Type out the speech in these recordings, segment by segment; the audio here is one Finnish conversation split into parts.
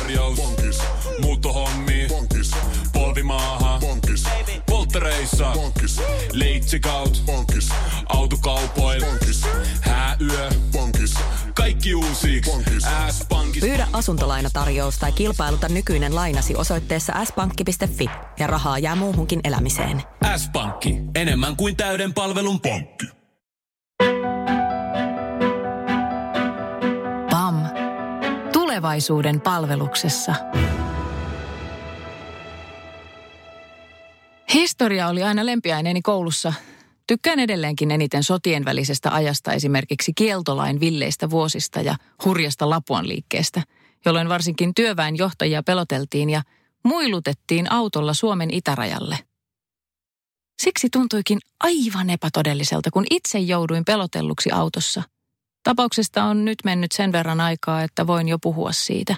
tarjous. Bonkis. Muuttohommi. Bonkis. Polvimaaha. Bonkis. Polttereissa. Bonkis. Leitsikaut. Bonkis. Autokaupoil. Bonkis. Hääyö. Bonkis. Kaikki uusiiksi. S-pankki. Pyydä asuntolainatarjous tai kilpailuta nykyinen lainasi osoitteessa s-pankki.fi ja rahaa jää muuhunkin elämiseen. S-pankki. Enemmän kuin täyden palvelun pankki. PAM. Tulevaisuuden palveluksessa. Historia oli aina lempiaineeni koulussa. Tykkään edelleenkin eniten sotien välisestä ajasta, esimerkiksi kieltolain villeistä vuosista ja hurjasta Lapuan liikkeestä, jolloin varsinkin työväenjohtajia peloteltiin ja muilutettiin autolla Suomen itärajalle. Siksi tuntuikin aivan epätodelliselta, kun itse jouduin pelotelluksi autossa. Tapauksesta on nyt mennyt sen verran aikaa, että voin jo puhua siitä.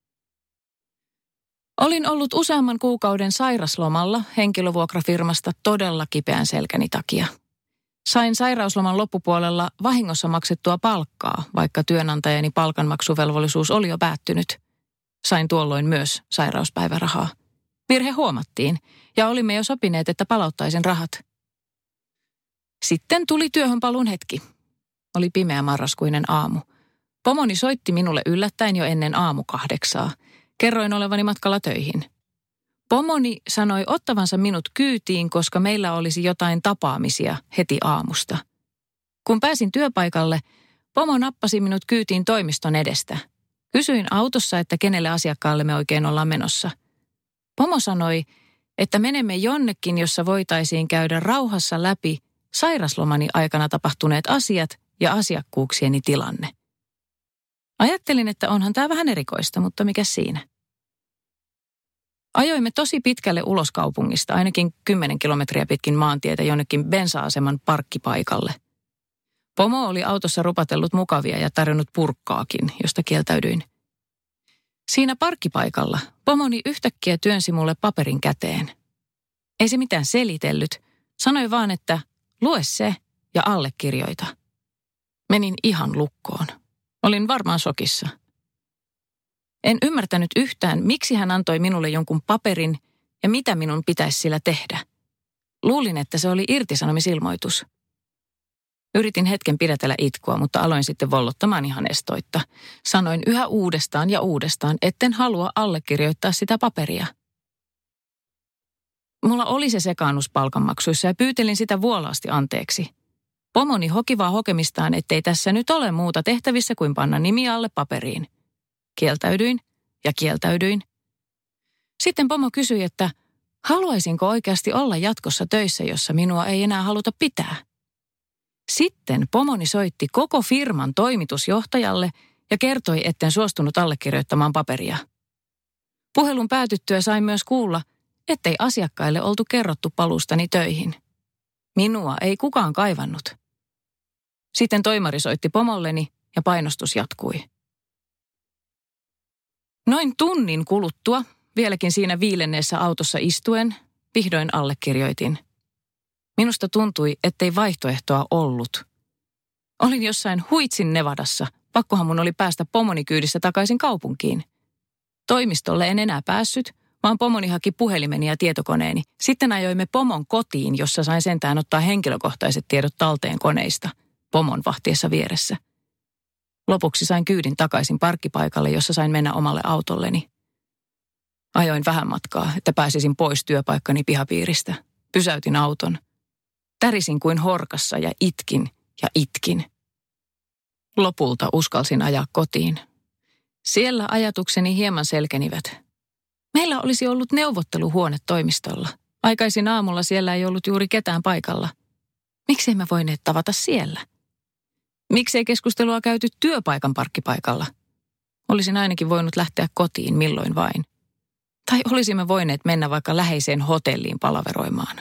Olin ollut useamman kuukauden sairaslomalla henkilövuokrafirmasta todella kipeän selkäni takia. Sain sairausloman loppupuolella vahingossa maksettua palkkaa, vaikka työnantajani palkanmaksuvelvollisuus oli jo päättynyt. Sain tuolloin myös sairauspäivärahaa. Virhe huomattiin ja olimme jo sopineet, että palauttaisin rahat. Sitten tuli työhönpaluun hetki. Oli pimeä marraskuinen aamu. Pomoni soitti minulle yllättäen jo ennen 7:00. Kerroin olevani matkalla töihin. Pomoni sanoi ottavansa minut kyytiin, koska meillä olisi jotain tapaamisia heti aamusta. Kun pääsin työpaikalle, pomo nappasi minut kyytiin toimiston edestä. Kysyin autossa, että kenelle asiakkaalle me oikein ollaan menossa. Pomo sanoi, että menemme jonnekin, jossa voitaisiin käydä rauhassa läpi sairaslomani aikana tapahtuneet asiat ja asiakkuuksieni tilanne. Ajattelin, että onhan tämä vähän erikoista, mutta mikä siinä? Ajoimme tosi pitkälle ulos kaupungista, ainakin 10 kilometriä pitkin maantietä jonnekin bensa-aseman parkkipaikalle. Pomo oli autossa rupatellut mukavia ja tarjonnut purkkaakin, josta kieltäydyin. Siinä parkkipaikalla pomoni yhtäkkiä työnsi mulle paperin käteen. Ei se mitään selitellyt, sanoi vaan, että lue se ja allekirjoita. Menin ihan lukkoon. Olin varmaan shokissa. En ymmärtänyt yhtään, miksi hän antoi minulle jonkun paperin ja mitä minun pitäisi sillä tehdä. Luulin, että se oli irtisanomisilmoitus. Yritin hetken pidätellä itkua, mutta aloin sitten vollottamaan ihan estoitta. Sanoin yhä uudestaan ja uudestaan, etten halua allekirjoittaa sitä paperia. Mulla oli se sekaannus palkanmaksuissa ja pyytelin sitä vuolaasti anteeksi. Pomoni hoki vaan hokemistaan, ettei tässä nyt ole muuta tehtävissä kuin panna nimi alle paperiin. Kieltäydyin ja kieltäydyin. Sitten pomo kysyi, että haluaisinko oikeasti olla jatkossa töissä, jossa minua ei enää haluta pitää. Sitten pomoni soitti koko firman toimitusjohtajalle ja kertoi, etten suostunut allekirjoittamaan paperia. Puhelun päätyttyä sain myös kuulla, ettei asiakkaille oltu kerrottu paluustani töihin. Minua ei kukaan kaivannut. Sitten toimari soitti pomolleni ja painostus jatkui. Noin tunnin kuluttua, vieläkin siinä viilenneessä autossa istuen, vihdoin allekirjoitin. Minusta tuntui, ettei vaihtoehtoa ollut. Olin jossain Huitsin Nevadassa. Pakkohan mun oli päästä pomoni kyydissä takaisin kaupunkiin. Toimistolle en enää päässyt, vaan pomoni haki puhelimeni ja tietokoneeni. Sitten ajoimme pomon kotiin, jossa sain sentään ottaa henkilökohtaiset tiedot talteen koneista, pomon vahtiessa vieressä. Lopuksi sain kyydin takaisin parkkipaikalle, jossa sain mennä omalle autolleni. Ajoin vähän matkaa, että pääsisin pois työpaikkani pihapiiristä. Pysäytin auton. Tärisin kuin horkassa ja itkin ja itkin. Lopulta uskalsin ajaa kotiin. Siellä ajatukseni hieman selkenivät. Meillä olisi ollut neuvotteluhuone toimistolla. Aikaisin aamulla siellä ei ollut juuri ketään paikalla. Miksi emme voineet tavata siellä? Miksei keskustelua käyty työpaikan parkkipaikalla? Olisin ainakin voinut lähteä kotiin milloin vain. Tai olisimme voineet mennä vaikka läheiseen hotelliin palaveroimaan.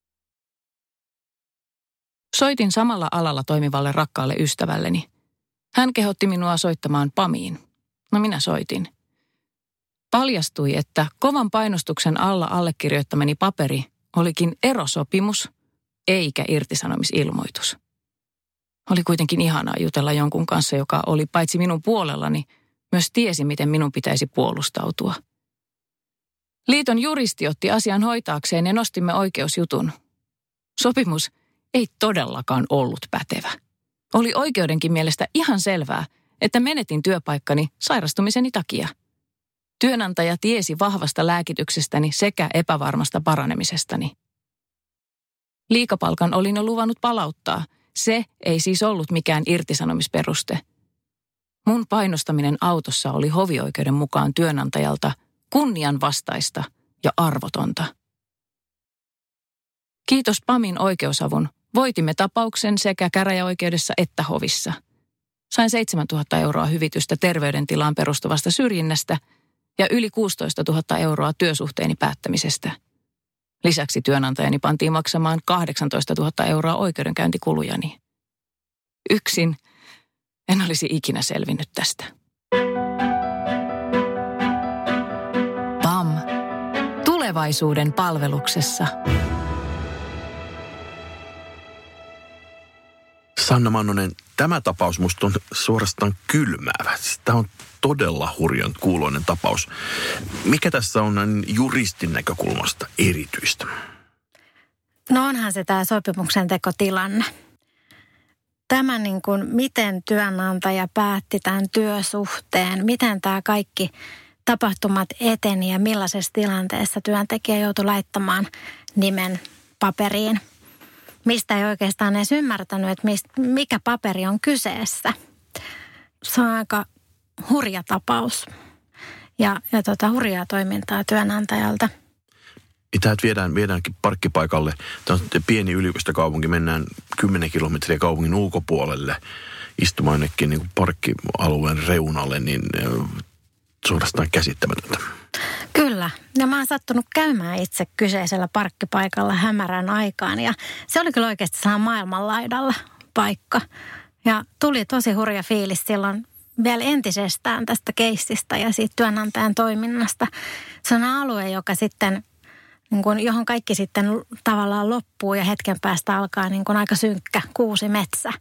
Soitin samalla alalla toimivalle rakkaalle ystävälleni. Hän kehotti minua soittamaan PAMiin. No minä soitin. Paljastui, että kovan painostuksen alla allekirjoittamani paperi olikin erosopimus eikä irtisanomisilmoitus. Oli kuitenkin ihanaa jutella jonkun kanssa, joka oli paitsi minun puolellani, myös tiesi, miten minun pitäisi puolustautua. Liiton juristi otti asian hoitaakseen ja nostimme oikeusjutun. Sopimus ei todellakaan ollut pätevä. Oli oikeudenkin mielestä ihan selvää, että menetin työpaikkani sairastumiseni takia. Työnantaja tiesi vahvasta lääkityksestäni sekä epävarmasta paranemisestani. Liikapalkan olin jo luvannut palauttaa. Se ei siis ollut mikään irtisanomisperuste. Mun painostaminen autossa oli hovioikeuden mukaan työnantajalta kunnianvastaista ja arvotonta. Kiitos PAMin oikeusavun. Voitimme tapauksen sekä käräjäoikeudessa että hovissa. Sain 7 000 euroa hyvitystä terveydentilaan perustuvasta syrjinnästä ja yli 16 000 euroa työsuhteeni päättämisestä. Lisäksi työnantajani pantiin maksamaan 18 000 euroa oikeudenkäyntikulujani. Yksin en olisi ikinä selvinnyt tästä. PAM. Tulevaisuuden palveluksessa. Sanna Mannonen, tämä tapaus musta on suorastaan kylmäävä. Tämä on todella hurjan kuuloinen tapaus. Mikä tässä on juristin näkökulmasta erityistä? No onhan se tämä sopimuksen tekotilanne. Tämä miten työnantaja päätti tämän työsuhteen, miten tämä kaikki tapahtumat eteni ja millaisessa tilanteessa työntekijä joutui laittamaan nimen paperiin. Mistä ei oikeastaan edes ymmärtänyt, että mikä paperi on kyseessä. Se on aika hurja tapaus ja hurjaa toimintaa työnantajajalta. Täältä viedäänkin parkkipaikalle. Tämä on pieni yliopistokaupunki, mennään 10 kilometriä kaupungin ulkopuolelle istumaan jonnekin parkkialueen reunalle, niin suorastaan käsittämätöntä. Kyllä. Ja mä oon sattunut käymään itse kyseisellä parkkipaikalla hämärän aikaan ja se oli kyllä oikeasti sellainen maailmanlaidalla paikka. Ja tuli tosi hurja fiilis silloin vielä entisestään tästä keissistä ja siitä työnantajan toiminnasta. Se on alue, joka sitten, johon kaikki sitten tavallaan loppuu ja hetken päästä alkaa aika synkkä kuusi metsä.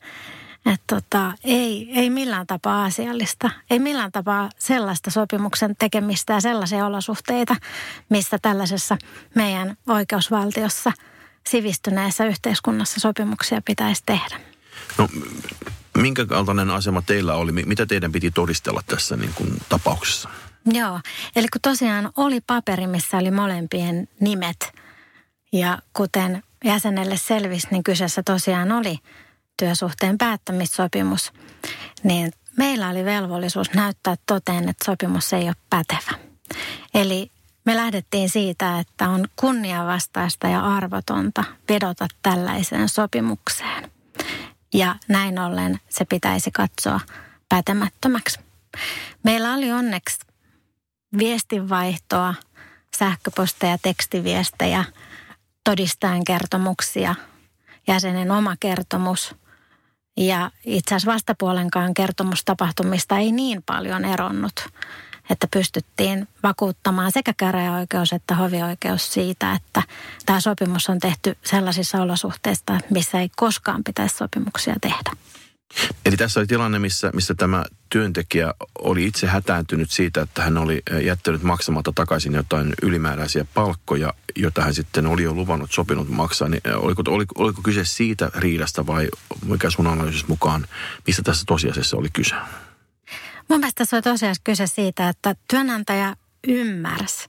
Että ei millään tapaa asiallista, ei millään tapaa sellaista sopimuksen tekemistä ja sellaisia olosuhteita, missä tällaisessa meidän oikeusvaltiossa sivistyneessä yhteiskunnassa sopimuksia pitäisi tehdä. No, minkä kaltainen asema teillä oli? Mitä teidän piti todistella tässä tapauksessa? Joo, eli kun tosiaan oli paperi, missä oli molempien nimet ja kuten jäsenelle selvisi, niin kyseessä tosiaan oli työsuhteen päättämissopimus, niin meillä oli velvollisuus näyttää toteen, että sopimus ei ole pätevä. Eli me lähdettiin siitä, että on kunnianvastaista ja arvotonta vedota tällaiseen sopimukseen. Ja näin ollen se pitäisi katsoa pätemättömäksi. Meillä oli onneksi viestinvaihtoa, sähköposteja, tekstiviestejä, todistajan kertomuksia, jäsenen oma kertomus. Ja itse asiassa vastapuolenkaan kertomustapahtumista ei niin paljon eronnut, että pystyttiin vakuuttamaan sekä käräjäoikeus että hovioikeus siitä, että tämä sopimus on tehty sellaisissa olosuhteissa, missä ei koskaan pitäisi sopimuksia tehdä. Eli tässä oli tilanne, missä tämä työntekijä oli itse hätääntynyt siitä, että hän oli jättänyt maksamatta takaisin jotain ylimääräisiä palkkoja, joita hän sitten oli jo luvannut sopinut maksaa. Niin oliko kyse siitä riidasta vai mikä sun analyysis mukaan, mistä tässä tosiasiassa oli kyse? Mun mielestä tässä oli tosiasiassa kyse siitä, että työnantaja ymmärsi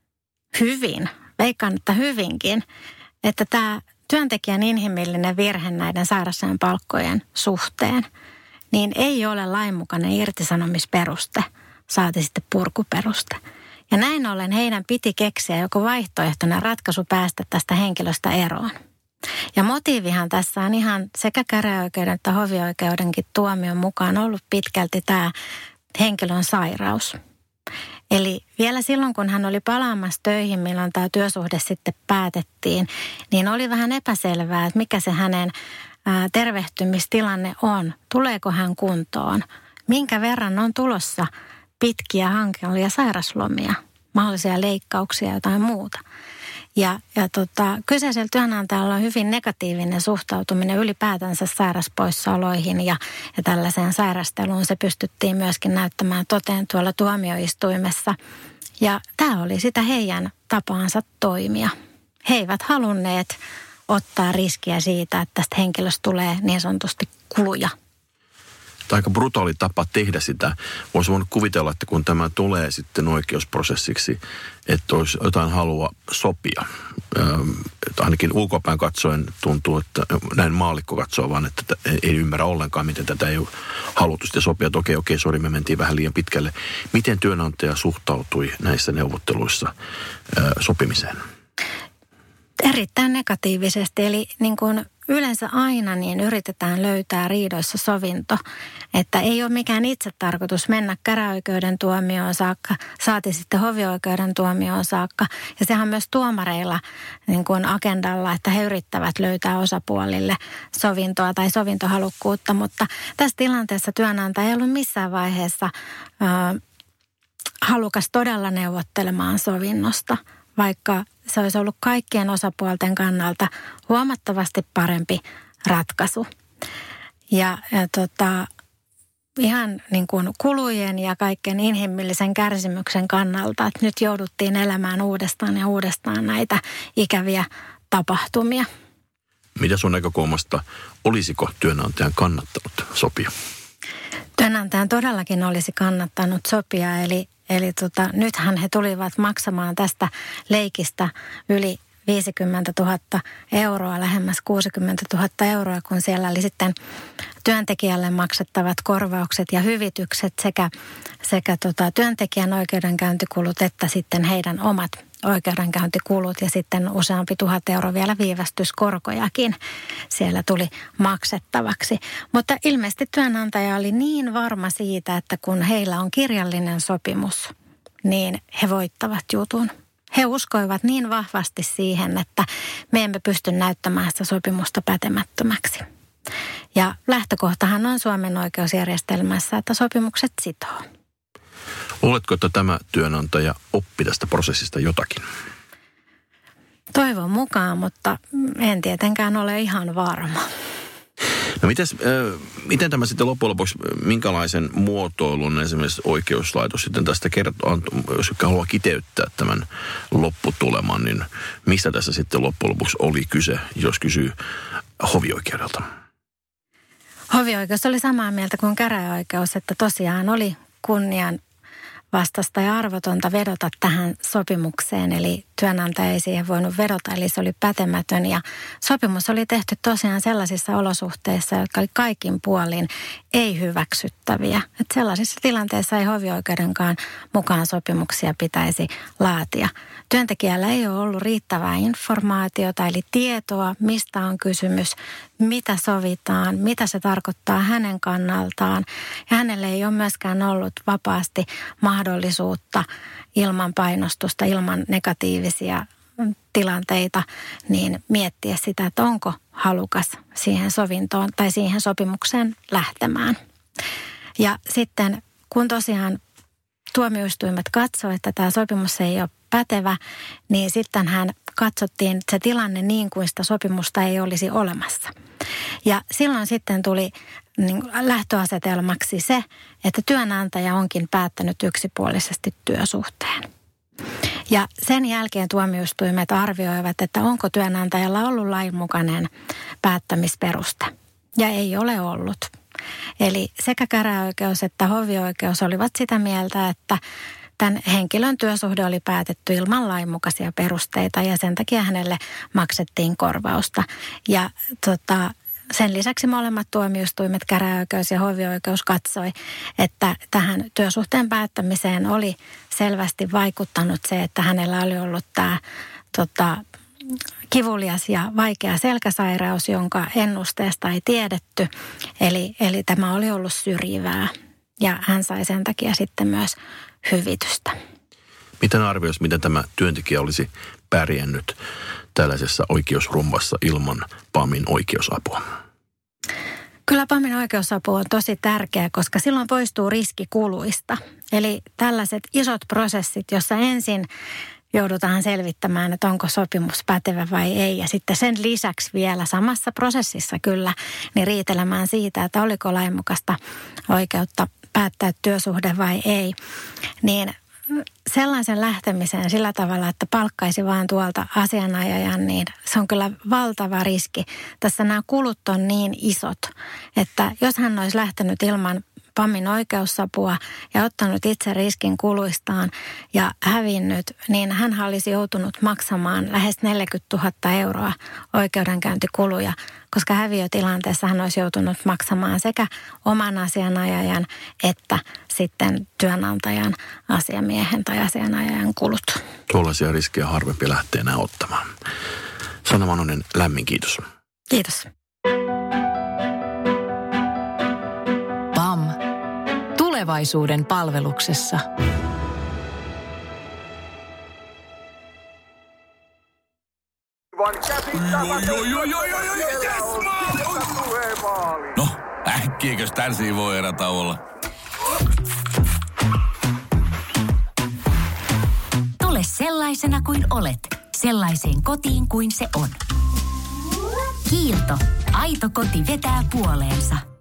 hyvin, veikkaan, että hyvinkin, että tämä työntekijän inhimillinen virhe näiden sairausajan palkkojen suhteen, niin ei ole lainmukainen irtisanomisperuste, saati sitten purkuperuste. Ja näin ollen heidän piti keksiä joku vaihtoehtoinen ratkaisu päästä tästä henkilöstä eroon. Ja motiivihan tässä on ihan sekä käräjäoikeuden että hovioikeudenkin tuomion mukaan ollut pitkälti tämä henkilön sairaus. Eli vielä silloin, kun hän oli palaamassa töihin, milloin tämä työsuhde sitten päätettiin, niin oli vähän epäselvää, että mikä se hänen tervehtymistilanne on. Tuleeko hän kuntoon? Minkä verran on tulossa pitkiä hankalia sairaslomia, mahdollisia leikkauksia ja jotain muuta. Kyseisellä työnantajalla on hyvin negatiivinen suhtautuminen ylipäätänsä sairaspoissaoloihin ja tällaiseen sairasteluun. Se pystyttiin myöskin näyttämään toteen tuolla tuomioistuimessa. Ja tämä oli sitä heidän tapaansa toimia. He eivät halunneet ottaa riskiä siitä, että tästä henkilöstä tulee niin sanotusti kuluja. Tämä aika brutaali tapa tehdä sitä. Voisi voinut kuvitella, että kun tämä tulee sitten oikeusprosessiksi, että olisi jotain halua sopia. Ainakin ulkopäin katsoen tuntuu, että näin maallikko katsoo vaan, että ei ymmärrä ollenkaan, miten tätä ei ole haluttu sitten sopia. Että okei, sori, me mentiin vähän liian pitkälle. Miten työnantaja suhtautui näissä neuvotteluissa sopimiseen? Erittäin negatiivisesti, eli niin kuin yleensä aina niin yritetään löytää riidoissa sovinto, että ei ole mikään itsetarkoitus mennä käräjäoikeuden tuomioon saakka, saati sitten hovioikeuden tuomioon saakka. Ja sehän on myös tuomareilla niin kuin agendalla, että he yrittävät löytää osapuolille sovintoa tai sovintohalukkuutta, mutta tässä tilanteessa työnantaja ei ollut missään vaiheessa halukas todella neuvottelemaan sovinnosta, vaikka se olisi ollut kaikkien osapuolten kannalta huomattavasti parempi ratkaisu. Ihan niin kuin kulujen ja kaiken inhimillisen kärsimyksen kannalta, että nyt jouduttiin elämään uudestaan ja uudestaan näitä ikäviä tapahtumia. Mitä sun näkökulmasta, olisiko työnantajan kannattanut sopia? Työnantajan todellakin olisi kannattanut sopia, eli nythän he tulivat maksamaan tästä leikistä yli 50 000 euroa, lähemmäs 60 000 euroa, kun siellä oli sitten työntekijälle maksettavat korvaukset ja hyvitykset sekä työntekijän oikeudenkäyntikulut että sitten heidän omat oikeudenkäyntikulut ja sitten useampi 1000 euroa vielä viivästyskorkojakin siellä tuli maksettavaksi. Mutta ilmeisesti työnantaja oli niin varma siitä, että kun heillä on kirjallinen sopimus, niin he voittavat jutun. He uskoivat niin vahvasti siihen, että me emme pysty näyttämään sitä sopimusta pätemättömäksi. Ja lähtökohtahan on Suomen oikeusjärjestelmässä, että sopimukset sitoo. Oletko, että tämä työnantaja oppi tästä prosessista jotakin? Toivon mukaan, mutta en tietenkään ole ihan varma. No miten tämä sitten loppujen lopuksi, minkälaisen muotoilun esimerkiksi oikeuslaitos sitten tästä kertoo, jos haluaa kiteyttää tämän lopputuleman, niin mistä tässä sitten loppujen lopuksi oli kyse, jos kysyy hovioikeudelta? Hovioikeus oli samaa mieltä kuin käräjäoikeus, että tosiaan oli kunnian vastasta ja arvotonta vedota tähän sopimukseen, eli työnantaja ei siihen voinut vedota, eli se oli pätemätön. Ja sopimus oli tehty tosiaan sellaisissa olosuhteissa, jotka oli kaikin puolin ei hyväksyttäviä. Että sellaisissa tilanteissa ei hovioikeudenkaan mukaan sopimuksia pitäisi laatia. Työntekijällä ei ole ollut riittävää informaatiota, eli tietoa, mistä on kysymys, mitä sovitaan, mitä se tarkoittaa hänen kannaltaan. Ja hänelle ei ole myöskään ollut vapaasti mahdollisuutta ilman painostusta, ilman negatiivisia tilanteita, niin miettiä sitä, että onko halukas siihen sovintoon tai siihen sopimukseen lähtemään. Ja sitten kun tosiaan tuomioistuimet katsoi, että tämä sopimus ei ole pätevä, niin sittenhän katsottiin se tilanne niin kuin sitä sopimusta ei olisi olemassa. Ja silloin sitten tuli lähtöasetelmaksi se, että työnantaja onkin päättänyt yksipuolisesti työsuhteen. Ja sen jälkeen tuomioistuimet arvioivat, että onko työnantajalla ollut lainmukainen päättämisperuste. Ja ei ole ollut. Eli sekä käräjäoikeus että hovioikeus olivat sitä mieltä, että tämän henkilön työsuhde oli päätetty ilman lainmukaisia perusteita ja sen takia hänelle maksettiin korvausta. Ja sen lisäksi molemmat tuomioistuimet, käräjäoikeus ja hovioikeus katsoi, että tähän työsuhteen päättämiseen oli selvästi vaikuttanut se, että hänellä oli ollut tämä kivulias ja vaikea selkäsairaus, jonka ennusteesta ei tiedetty. Eli tämä oli ollut syrjivää ja hän sai sen takia sitten myös hyvitystä. Miten arvioisi, miten tämä työntekijä olisi pärjännyt tällaisessa oikeusrumbassa ilman PAMin oikeusapua? Kyllä PAMin oikeusapu on tosi tärkeä, koska silloin poistuu riski kuluista. Eli tällaiset isot prosessit, jossa ensin joudutaan selvittämään, että onko sopimus pätevä vai ei. Ja sitten sen lisäksi vielä samassa prosessissa kyllä, niin riitelemään siitä, että oliko lainmukaista oikeutta päättää työsuhde vai ei. Niin sellaisen lähtemiseen sillä tavalla, että palkkaisi vaan tuolta asianajajan, niin se on kyllä valtava riski. Tässä nämä kulut on niin isot, että jos hän olisi lähtenyt ilman PAMin oikeusapua ja ottanut itse riskin kuluistaan ja hävinnyt, niin hän olisi joutunut maksamaan lähes 40 000 euroa oikeudenkäyntikuluja, koska häviötilanteessa hän olisi joutunut maksamaan sekä oman asianajajan että sitten työnantajan asiamiehen tai asianajajan kulut. Tuollaisia riskejä harvempi lähtee enää ottamaan. Sanna Vanonen, lämmin kiitos. Kiitos. PAM. Tulevaisuuden palveluksessa. No, äkkiäkös tän voi erätauolla? Tule sellaisena kuin olet, sellaiseen kotiin kuin se on. Kiilto. Aito koti vetää puoleensa.